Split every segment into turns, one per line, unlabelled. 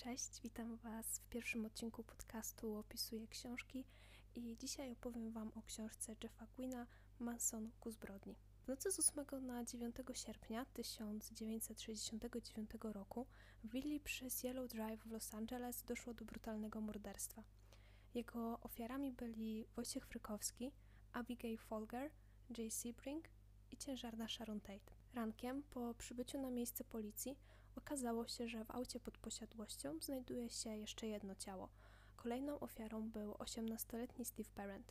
Cześć, witam Was w pierwszym odcinku podcastu Opisuję książki i dzisiaj opowiem Wam o książce Jeffa Gwynna Manson ku zbrodni. W nocy z 8 na 9 sierpnia 1969 roku w willi przy Yellow Drive w Los Angeles doszło do brutalnego morderstwa. Jego ofiarami byli Wojciech Frykowski, Abigail Folger, Jay Sebring i ciężarna Sharon Tate. Rankiem, po przybyciu na miejsce policji, okazało się, że w aucie pod posiadłością znajduje się jeszcze jedno ciało. Kolejną ofiarą był 18-letni Steve Parent.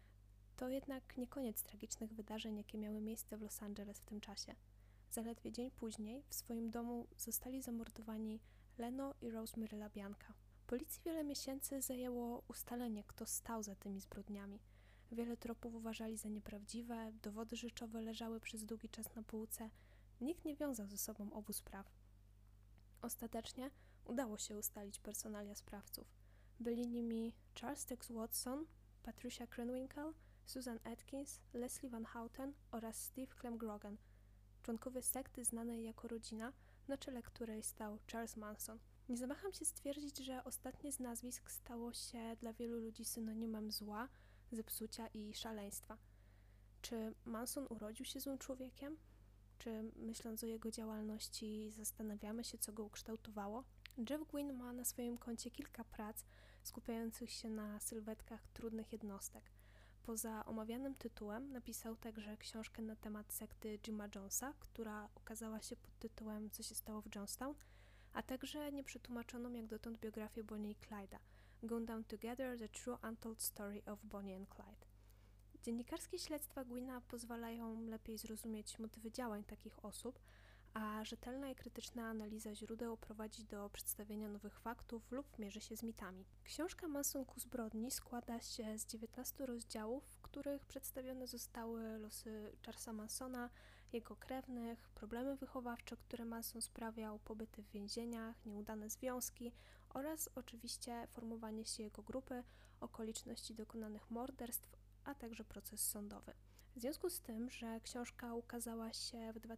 To jednak nie koniec tragicznych wydarzeń, jakie miały miejsce w Los Angeles w tym czasie. Zaledwie dzień później w swoim domu zostali zamordowani Leno i Rosemary LaBianca. Policji wiele miesięcy zajęło ustalenie, kto stał za tymi zbrodniami. Wiele tropów uważali za nieprawdziwe, dowody rzeczowe leżały przez długi czas na półce. Nikt nie wiązał ze sobą obu spraw. Ostatecznie udało się ustalić personalia sprawców. Byli nimi Charles Tex Watson, Patricia Krenwinkel, Susan Atkins, Leslie Van Houten oraz Steve Clem Grogan, członkowie sekty znanej jako Rodzina, na czele której stał Charles Manson. Nie zawaham się stwierdzić, że ostatnie z nazwisk stało się dla wielu ludzi synonimem zła, zepsucia i szaleństwa. Czy Manson urodził się złym człowiekiem? Czy myśląc o jego działalności zastanawiamy się, co go ukształtowało? Jeff Gwynn ma na swoim koncie kilka prac skupiających się na sylwetkach trudnych jednostek. Poza omawianym tytułem napisał także książkę na temat sekty Jima Jonesa, która ukazała się pod tytułem Co się stało w Jonestown, a także nieprzetłumaczoną jak dotąd biografię Bonnie i Clyde'a Gone Down Together – The True Untold Story of Bonnie and Clyde. Dziennikarskie śledztwa Gwynna pozwalają lepiej zrozumieć motywy działań takich osób, a rzetelna i krytyczna analiza źródeł prowadzi do przedstawienia nowych faktów lub mierzy się z mitami. Książka Manson ku zbrodni składa się z 19 rozdziałów, w których przedstawione zostały losy Charlesa Mansona, jego krewnych, problemy wychowawcze, które Manson sprawiał, pobyty w więzieniach, nieudane związki oraz oczywiście formowanie się jego grupy, okoliczności dokonanych morderstw, a także proces sądowy. W związku z tym, że książka ukazała się w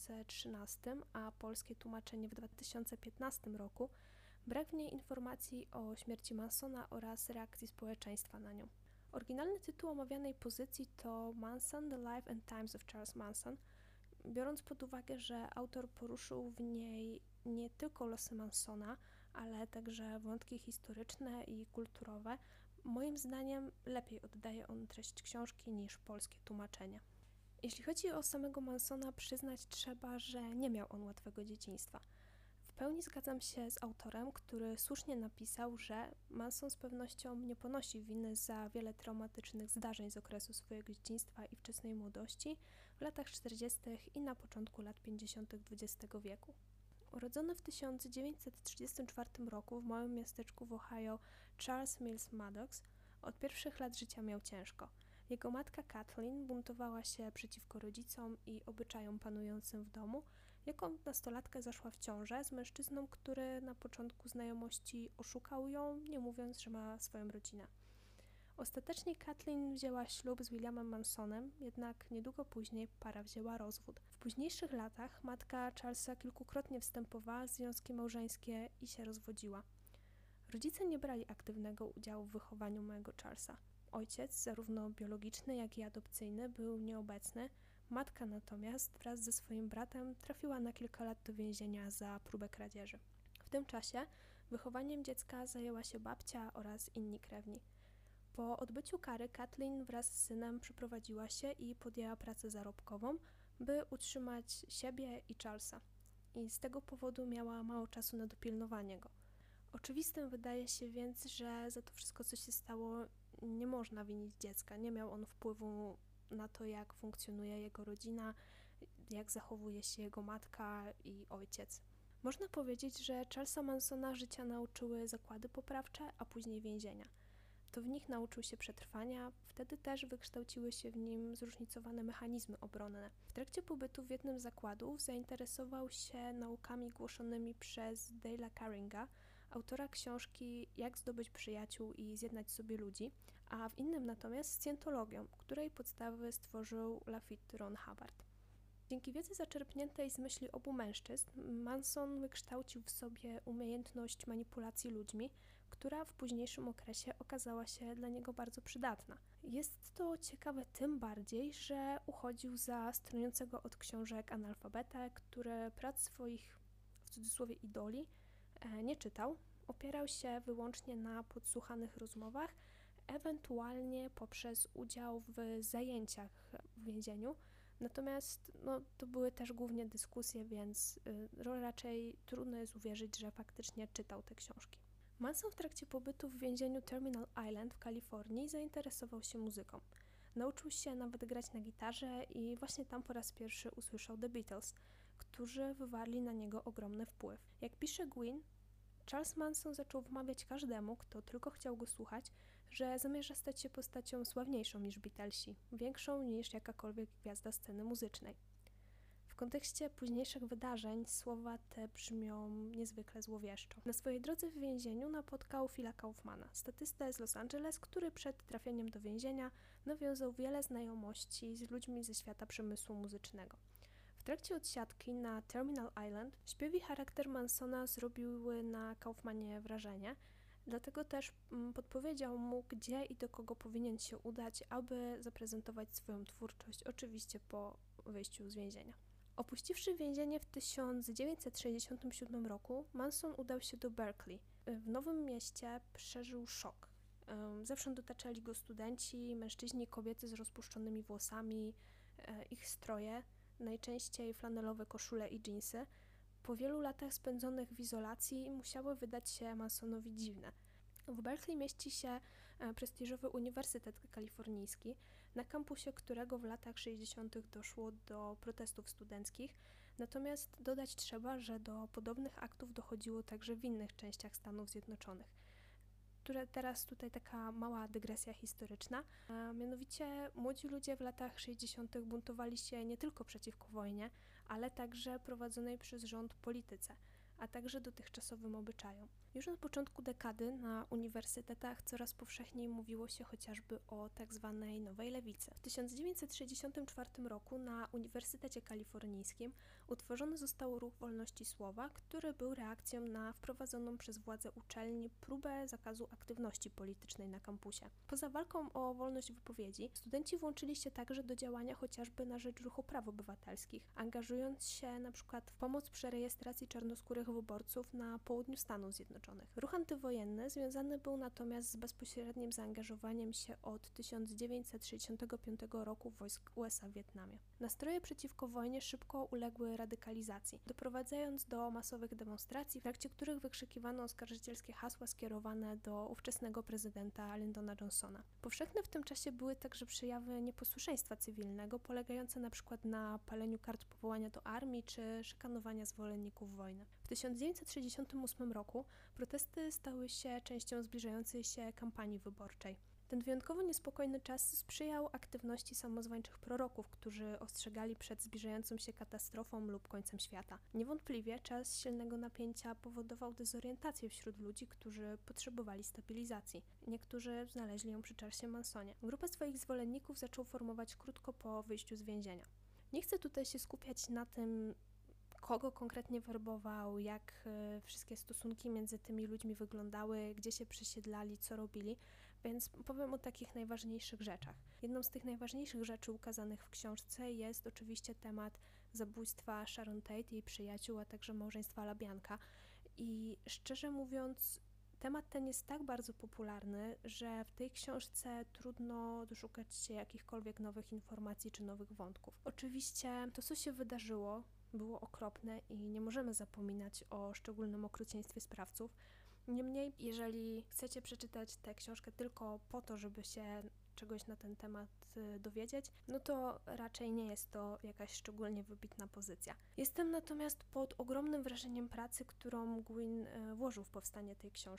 2013, a polskie tłumaczenie w 2015 roku, brak w niej informacji o śmierci Mansona oraz reakcji społeczeństwa na nią. Oryginalny tytuł omawianej pozycji to Manson – The Life and Times of Charles Manson, biorąc pod uwagę, że autor poruszył w niej nie tylko losy Mansona, ale także wątki historyczne i kulturowe. Moim zdaniem lepiej oddaje on treść książki niż polskie tłumaczenie. Jeśli chodzi o samego Mansona, przyznać trzeba, że nie miał on łatwego dzieciństwa. W pełni zgadzam się z autorem, który słusznie napisał, że Manson z pewnością nie ponosi winy za wiele traumatycznych zdarzeń z okresu swojego dzieciństwa i wczesnej młodości w latach 40. i na początku lat 50. XX wieku. Urodzony w 1934 roku w małym miasteczku w Ohio Charles Mills Maddox od pierwszych lat życia miał ciężko. Jego matka Kathleen buntowała się przeciwko rodzicom i obyczajom panującym w domu. Jako nastolatkę zaszła w ciążę z mężczyzną, który na początku znajomości oszukał ją, nie mówiąc, że ma swoją rodzinę. Ostatecznie Kathleen wzięła ślub z Williamem Mansonem, jednak niedługo później para wzięła rozwód. W późniejszych latach matka Charlesa kilkukrotnie wstępowała w związki małżeńskie i się rozwodziła. Rodzice nie brali aktywnego udziału w wychowaniu małego Charlesa. Ojciec, zarówno biologiczny, jak i adopcyjny, był nieobecny, matka natomiast wraz ze swoim bratem trafiła na kilka lat do więzienia za próbę kradzieży. W tym czasie wychowaniem dziecka zajęła się babcia oraz inni krewni. Po odbyciu kary Kathleen wraz z synem przeprowadziła się i podjęła pracę zarobkową, by utrzymać siebie i Charlesa. I z tego powodu miała mało czasu na dopilnowanie go. Oczywistym wydaje się więc, że za to wszystko, co się stało, nie można winić dziecka. Nie miał on wpływu na to, jak funkcjonuje jego rodzina, jak zachowuje się jego matka i ojciec. Można powiedzieć, że Charlesa Mansona życia nauczyły zakłady poprawcze, a później więzienia. To w nich nauczył się przetrwania, wtedy też wykształciły się w nim zróżnicowane mechanizmy obronne. W trakcie pobytu w jednym z zakładów zainteresował się naukami głoszonymi przez Dale'a Caringa, autora książki Jak zdobyć przyjaciół i zjednać sobie ludzi, a w innym natomiast scjentologią, której podstawy stworzył Lafitte Ron Hubbard. Dzięki wiedzy zaczerpniętej z myśli obu mężczyzn, Manson wykształcił w sobie umiejętność manipulacji ludźmi, która w późniejszym okresie okazała się dla niego bardzo przydatna. Jest to ciekawe tym bardziej, że uchodził za stroniącego od książek analfabetę, który prac swoich, w cudzysłowie, idoli nie czytał, opierał się wyłącznie na podsłuchanych rozmowach, ewentualnie poprzez udział w zajęciach w więzieniu. Natomiast to były też głównie dyskusje, więc raczej trudno jest uwierzyć, że faktycznie czytał te książki. Manson w trakcie pobytu w więzieniu Terminal Island w Kalifornii zainteresował się muzyką. Nauczył się nawet grać na gitarze i właśnie tam po raz pierwszy usłyszał The Beatles, którzy wywarli na niego ogromny wpływ. Jak pisze Gwynne, Charles Manson zaczął wmawiać każdemu, kto tylko chciał go słuchać, że zamierza stać się postacią sławniejszą niż Beatlesi, większą niż jakakolwiek gwiazda sceny muzycznej. W kontekście późniejszych wydarzeń słowa te brzmią niezwykle złowieszczo. Na swojej drodze w więzieniu napotkał Phila Kaufmana, statystę z Los Angeles, który przed trafieniem do więzienia nawiązał wiele znajomości z ludźmi ze świata przemysłu muzycznego. W trakcie odsiadki na Terminal Island śpiew i charakter Mansona zrobiły na Kaufmanie wrażenie, dlatego też podpowiedział mu, gdzie i do kogo powinien się udać, aby zaprezentować swoją twórczość, oczywiście po wyjściu z więzienia. Opuściwszy więzienie w 1967 roku, Manson udał się do Berkeley. W Nowym Mieście przeżył szok. Zewsząd otaczali go studenci, mężczyźni i kobiety z rozpuszczonymi włosami, ich stroje, najczęściej flanelowe koszule i dżinsy, po wielu latach spędzonych w izolacji musiały wydać się Mansonowi dziwne. W Berkeley mieści się prestiżowy Uniwersytet Kalifornijski, na kampusie którego w latach 60. doszło do protestów studenckich, natomiast dodać trzeba, że do podobnych aktów dochodziło także w innych częściach Stanów Zjednoczonych. Teraz tutaj taka mała dygresja historyczna, a mianowicie młodzi ludzie w latach 60. buntowali się nie tylko przeciwko wojnie, ale także prowadzonej przez rząd polityce, a także dotychczasowym obyczajom. Już na początku dekady na uniwersytetach coraz powszechniej mówiło się chociażby o tzw. nowej lewicy. W 1964 roku na Uniwersytecie Kalifornijskim utworzony został Ruch Wolności Słowa, który był reakcją na wprowadzoną przez władze uczelni próbę zakazu aktywności politycznej na kampusie. Poza walką o wolność wypowiedzi, studenci włączyli się także do działania chociażby na rzecz ruchu praw obywatelskich, angażując się na przykład w pomoc przy rejestracji czarnoskórych wyborców na południu Stanów Zjednoczonych. Ruch antywojenny związany był natomiast z bezpośrednim zaangażowaniem się od 1965 roku wojsk USA w Wietnamie. Nastroje przeciwko wojnie szybko uległy radykalizacji, doprowadzając do masowych demonstracji, w trakcie których wykrzykiwano oskarżycielskie hasła skierowane do ówczesnego prezydenta Lyndona Johnsona. Powszechne w tym czasie były także przejawy nieposłuszeństwa cywilnego, polegające na przykład na paleniu kart powołania do armii czy szykanowania zwolenników wojny. W 1968 roku protesty stały się częścią zbliżającej się kampanii wyborczej. Ten wyjątkowo niespokojny czas sprzyjał aktywności samozwańczych proroków, którzy ostrzegali przed zbliżającą się katastrofą lub końcem świata. Niewątpliwie czas silnego napięcia powodował dezorientację wśród ludzi, którzy potrzebowali stabilizacji. Niektórzy znaleźli ją przy Charlesie Mansonie. Grupę swoich zwolenników zaczął formować krótko po wyjściu z więzienia. Nie chcę tutaj się skupiać na tym, kogo konkretnie werbował, jak wszystkie stosunki między tymi ludźmi wyglądały, gdzie się przesiedlali, co robili, więc powiem o takich najważniejszych rzeczach. Jedną z tych najważniejszych rzeczy ukazanych w książce jest oczywiście temat zabójstwa Sharon Tate, jej przyjaciół, a także małżeństwa LaBianca. I szczerze mówiąc, temat ten jest tak bardzo popularny, że w tej książce trudno doszukać się jakichkolwiek nowych informacji czy nowych wątków. Oczywiście to, co się wydarzyło, było okropne i nie możemy zapominać o szczególnym okrucieństwie sprawców. Niemniej, jeżeli chcecie przeczytać tę książkę tylko po to, żeby się czegoś na ten temat dowiedzieć, no to raczej nie jest to jakaś szczególnie wybitna pozycja. Jestem natomiast pod ogromnym wrażeniem pracy, którą Gwynne włożył w powstanie tej książki.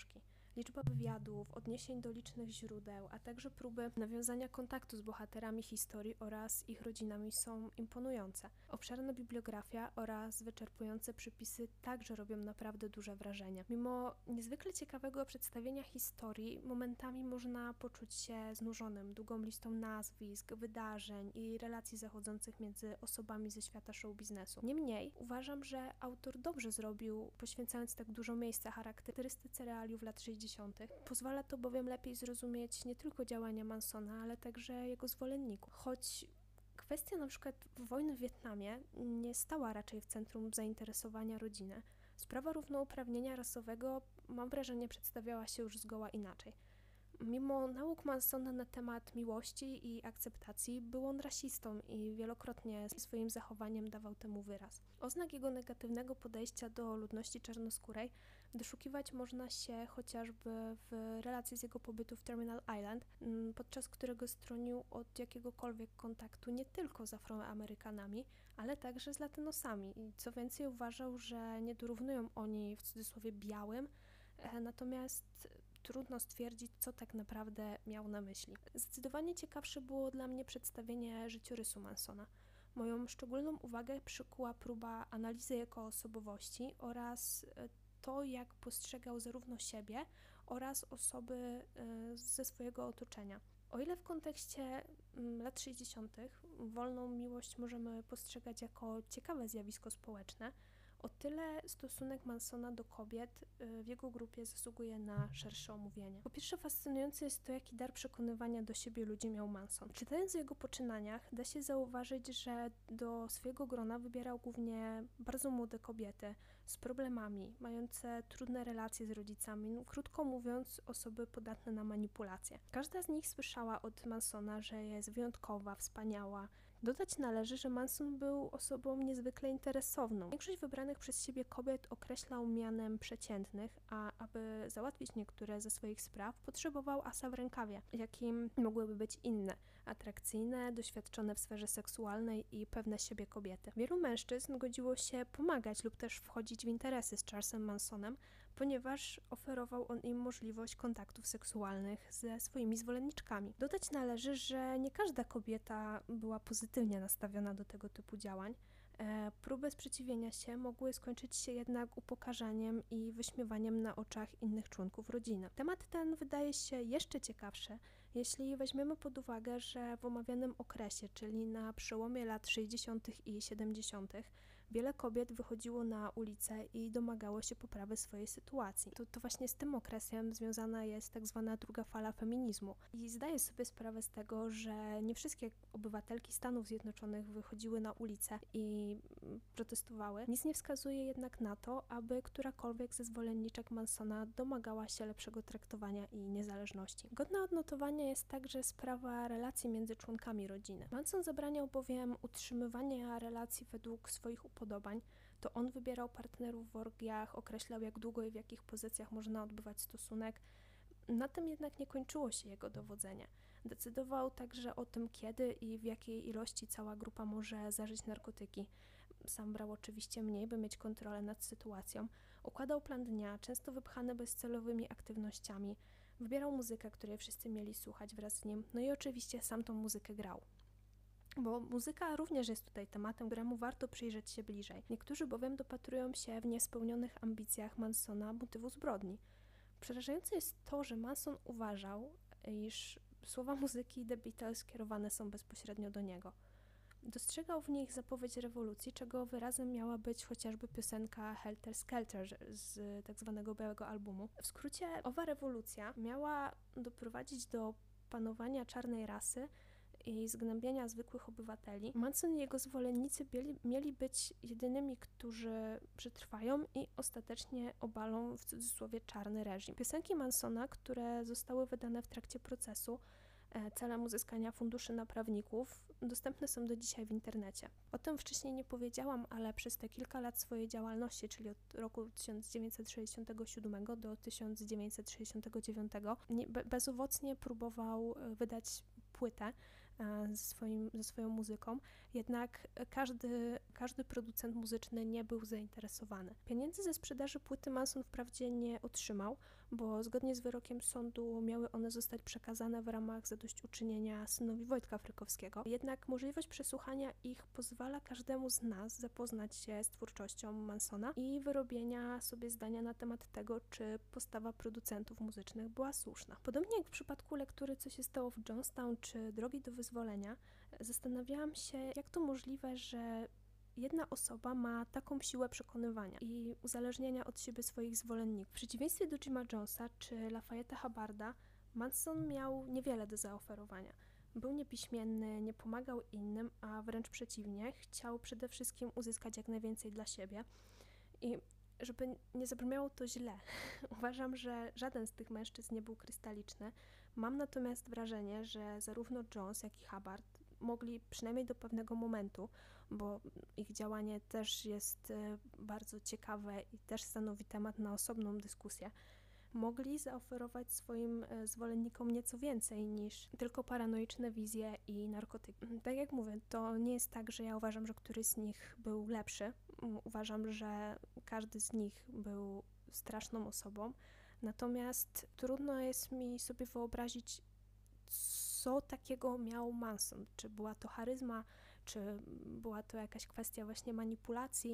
Liczba wywiadów, odniesień do licznych źródeł, a także próby nawiązania kontaktu z bohaterami historii oraz ich rodzinami są imponujące. Obszerna bibliografia oraz wyczerpujące przypisy także robią naprawdę duże wrażenie. Mimo niezwykle ciekawego przedstawienia historii, momentami można poczuć się znużonym długą listą nazwisk, wydarzeń i relacji zachodzących między osobami ze świata show biznesu. Niemniej uważam, że autor dobrze zrobił, poświęcając tak dużo miejsca charakterystyce realiów lat 60. Pozwala to bowiem lepiej zrozumieć nie tylko działania Mansona, ale także jego zwolenników. Choć kwestia na przykład wojny w Wietnamie nie stała raczej w centrum zainteresowania rodziny, sprawa równouprawnienia rasowego, mam wrażenie, przedstawiała się już zgoła inaczej. Mimo nauk Mansona na temat miłości i akceptacji, był on rasistą i wielokrotnie swoim zachowaniem dawał temu wyraz. Oznak jego negatywnego podejścia do ludności czarnoskórej doszukiwać można się chociażby w relacji z jego pobytu w Terminal Island, podczas którego stronił od jakiegokolwiek kontaktu nie tylko z Afroamerykanami, ale także z Latynosami. I co więcej, uważał, że nie dorównują oni w cudzysłowie białym, natomiast trudno stwierdzić, co tak naprawdę miał na myśli. Zdecydowanie ciekawsze było dla mnie przedstawienie życiorysu Mansona. Moją szczególną uwagę przykuła próba analizy jego osobowości oraz to, jak postrzegał zarówno siebie oraz osoby ze swojego otoczenia. O ile w kontekście lat 60. wolną miłość możemy postrzegać jako ciekawe zjawisko społeczne, o tyle stosunek Mansona do kobiet w jego grupie zasługuje na szersze omówienie. Po pierwsze, fascynujące jest to, jaki dar przekonywania do siebie ludzi miał Manson. Czytając o jego poczynaniach, da się zauważyć, że do swojego grona wybierał głównie bardzo młode kobiety z problemami, mające trudne relacje z rodzicami, krótko mówiąc, osoby podatne na manipulacje. Każda z nich słyszała od Mansona, że jest wyjątkowa, wspaniała. Dodać należy, że Manson był osobą niezwykle interesowną. Większość wybranych przez siebie kobiet określał mianem przeciętnych, a aby załatwić niektóre ze swoich spraw, potrzebował asa w rękawie, jakim mogłyby być inne, atrakcyjne, doświadczone w sferze seksualnej i pewne siebie kobiety. Wielu mężczyzn godziło się pomagać lub też wchodzić w interesy z Charlesem Mansonem, ponieważ oferował on im możliwość kontaktów seksualnych ze swoimi zwolenniczkami. Dodać należy, że nie każda kobieta była pozytywnie nastawiona do tego typu działań. Próby sprzeciwienia się mogły skończyć się jednak upokarzaniem i wyśmiewaniem na oczach innych członków rodziny. Temat ten wydaje się jeszcze ciekawszy, jeśli weźmiemy pod uwagę, że w omawianym okresie, czyli na przełomie lat 60. i 70., wiele kobiet wychodziło na ulicę i domagało się poprawy swojej sytuacji. To właśnie z tym okresem związana jest tak zwana druga fala feminizmu. I zdaję sobie sprawę z tego, że nie wszystkie obywatelki Stanów Zjednoczonych wychodziły na ulicę i protestowały. Nic nie wskazuje jednak na to, aby którakolwiek ze zwolenniczek Mansona domagała się lepszego traktowania i niezależności. Godna odnotowania jest także sprawa relacji między członkami rodziny. Manson zabraniał bowiem utrzymywania relacji według swoich upodobań. To on wybierał partnerów w orgiach, określał, jak długo i w jakich pozycjach można odbywać stosunek. Na tym jednak nie kończyło się jego dowodzenie. Decydował także o tym, kiedy i w jakiej ilości cała grupa może zażyć narkotyki. Sam brał oczywiście mniej, by mieć kontrolę nad sytuacją. Układał plan dnia, często wypchany bezcelowymi aktywnościami. Wybierał muzykę, której wszyscy mieli słuchać wraz z nim, no i oczywiście sam tą muzykę grał. Bo muzyka również jest tutaj tematem, któremu warto przyjrzeć się bliżej. Niektórzy bowiem dopatrują się w niespełnionych ambicjach Mansona motywu zbrodni. Przerażające jest to, że Manson uważał, iż słowa muzyki The Beatles kierowane są bezpośrednio do niego. Dostrzegał w nich zapowiedź rewolucji, czego wyrazem miała być chociażby piosenka Helter Skelter z tak zwanego białego albumu. W skrócie, owa rewolucja miała doprowadzić do panowania czarnej rasy i zgnębienia zwykłych obywateli. Manson i jego zwolennicy mieli być jedynymi, którzy przetrwają i ostatecznie obalą w cudzysłowie czarny reżim. Piosenki Mansona, które zostały wydane w trakcie procesu celem uzyskania funduszy na prawników, dostępne są do dzisiaj w internecie. O tym wcześniej nie powiedziałam, ale przez te kilka lat swojej działalności, czyli od roku 1967 do 1969, bezowocnie próbował wydać płytę ze swoją muzyką, jednak każdy producent muzyczny nie był zainteresowany. Pieniędzy ze sprzedaży płyty Manson wprawdzie nie otrzymał, bo zgodnie z wyrokiem sądu miały one zostać przekazane w ramach zadośćuczynienia synowi Wojtka Frykowskiego. Jednak możliwość przesłuchania ich pozwala każdemu z nas zapoznać się z twórczością Mansona i wyrobienia sobie zdania na temat tego, czy postawa producentów muzycznych była słuszna. Podobnie jak w przypadku lektury Co się stało w Jonestown czy Drogi do wyzwolenia, zastanawiałam się, jak to możliwe, że jedna osoba ma taką siłę przekonywania i uzależniania od siebie swoich zwolenników. W przeciwieństwie do Jima Jonesa czy Lafayette'a Hubbarda, Manson miał niewiele do zaoferowania. Był niepiśmienny, nie pomagał innym, a wręcz przeciwnie, chciał przede wszystkim uzyskać jak najwięcej dla siebie. I żeby nie zabrzmiało to źle, uważam, że żaden z tych mężczyzn nie był krystaliczny. Mam natomiast wrażenie, że zarówno Jones, jak i Hubbard mogli przynajmniej do pewnego momentu, bo ich działanie też jest bardzo ciekawe i też stanowi temat na osobną dyskusję, mogli zaoferować swoim zwolennikom nieco więcej niż tylko paranoiczne wizje i narkotyki. Tak jak mówię, to nie jest tak, że ja uważam, że któryś z nich był lepszy. Uważam, że każdy z nich był straszną osobą. Natomiast trudno jest mi sobie wyobrazić, co takiego miał Manson. Czy była to charyzma, czy była to jakaś kwestia właśnie manipulacji.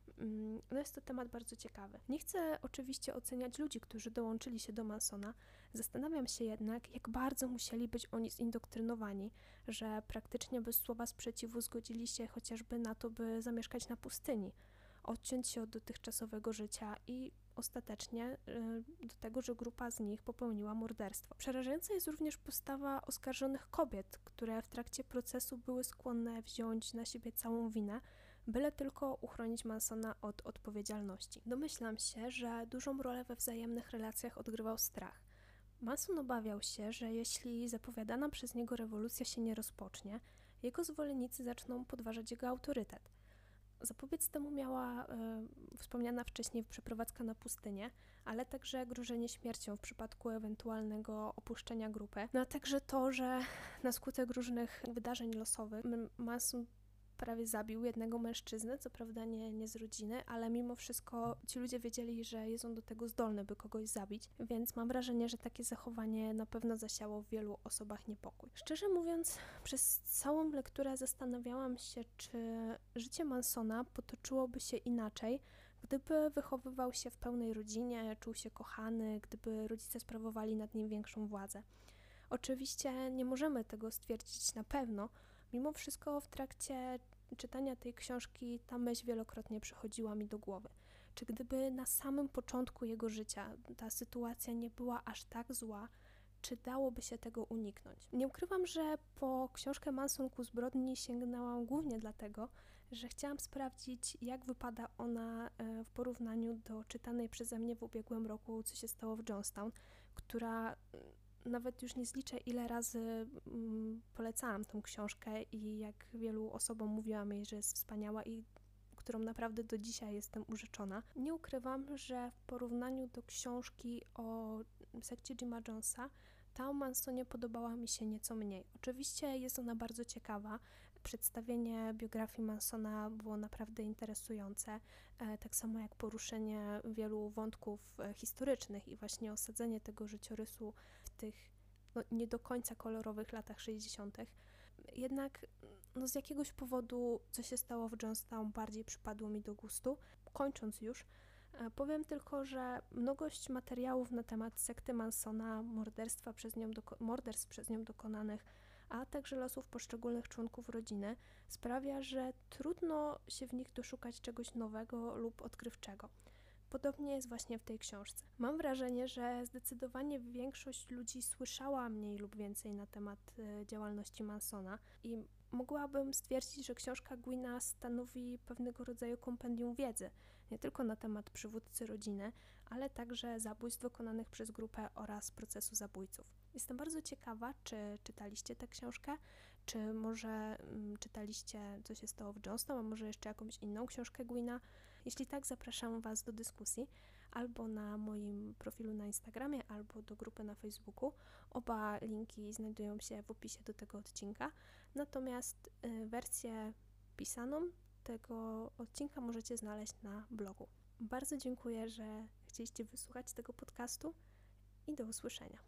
No jest to temat bardzo ciekawy. Nie chcę oczywiście oceniać ludzi, którzy dołączyli się do Mansona. Zastanawiam się jednak, jak bardzo musieli być oni zindoktrynowani, że praktycznie bez słowa sprzeciwu zgodzili się chociażby na to, by zamieszkać na pustyni, odciąć się od dotychczasowego życia i ostatecznie do tego, że grupa z nich popełniła morderstwo. Przerażająca jest również postawa oskarżonych kobiet, które w trakcie procesu były skłonne wziąć na siebie całą winę, byle tylko uchronić Mansona od odpowiedzialności. Domyślam się, że dużą rolę we wzajemnych relacjach odgrywał strach. Manson obawiał się, że jeśli zapowiadana przez niego rewolucja się nie rozpocznie, jego zwolennicy zaczną podważać jego autorytet. Zapobiec temu miała wspomniana wcześniej przeprowadzka na pustynię, ale także grożenie śmiercią w przypadku ewentualnego opuszczenia grupy. No a także to, że na skutek różnych wydarzeń losowych Manson prawie zabił jednego mężczyznę, co prawda nie z rodziny, ale mimo wszystko ci ludzie wiedzieli, że jest on do tego zdolny, by kogoś zabić, więc mam wrażenie, że takie zachowanie na pewno zasiało w wielu osobach niepokój. Szczerze mówiąc, przez całą lekturę zastanawiałam się, czy życie Mansona potoczyłoby się inaczej, gdyby wychowywał się w pełnej rodzinie, czuł się kochany, gdyby rodzice sprawowali nad nim większą władzę. Oczywiście nie możemy tego stwierdzić na pewno. Mimo wszystko w trakcie czytania tej książki ta myśl wielokrotnie przychodziła mi do głowy. Czy gdyby na samym początku jego życia ta sytuacja nie była aż tak zła, czy dałoby się tego uniknąć? Nie ukrywam, że po książkę Manson ku zbrodni sięgnęłam głównie dlatego, że chciałam sprawdzić, jak wypada ona w porównaniu do czytanej przeze mnie w ubiegłym roku Co się stało w Jonestown, która nawet już nie zliczę, ile razy polecałam tą książkę i jak wielu osobom mówiłam jej, że jest wspaniała i którą naprawdę do dzisiaj jestem urzeczona. Nie ukrywam, że w porównaniu do książki o sekcie Jima Jonesa, ta o Mansonie podobała mi się nieco mniej. Oczywiście jest ona bardzo ciekawa. Przedstawienie biografii Mansona było naprawdę interesujące, tak samo jak poruszenie wielu wątków historycznych i właśnie osadzenie tego życiorysu w tych nie do końca kolorowych latach 60. Jednak z jakiegoś powodu Co się stało w Jonestown bardziej przypadło mi do gustu. Kończąc już, powiem tylko, że mnogość materiałów na temat sekty Mansona, morderstw przez nią dokonanych, a także losów poszczególnych członków rodziny sprawia, że trudno się w nich doszukać czegoś nowego lub odkrywczego. Podobnie jest właśnie w tej książce. Mam wrażenie, że zdecydowanie większość ludzi słyszała mniej lub więcej na temat działalności Mansona i mogłabym stwierdzić, że książka Gwina stanowi pewnego rodzaju kompendium wiedzy, nie tylko na temat przywódcy rodziny, ale także zabójstw dokonanych przez grupę oraz procesu zabójców. Jestem bardzo ciekawa, czy czytaliście tę książkę, czy może czytaliście Co się stało w Jonestown, a może jeszcze jakąś inną książkę Gwina. Jeśli tak, zapraszam Was do dyskusji albo na moim profilu na Instagramie, albo do grupy na Facebooku. Oba linki znajdują się w opisie do tego odcinka. Natomiast wersję pisaną tego odcinka możecie znaleźć na blogu. Bardzo dziękuję, że chcieliście wysłuchać tego podcastu i do usłyszenia.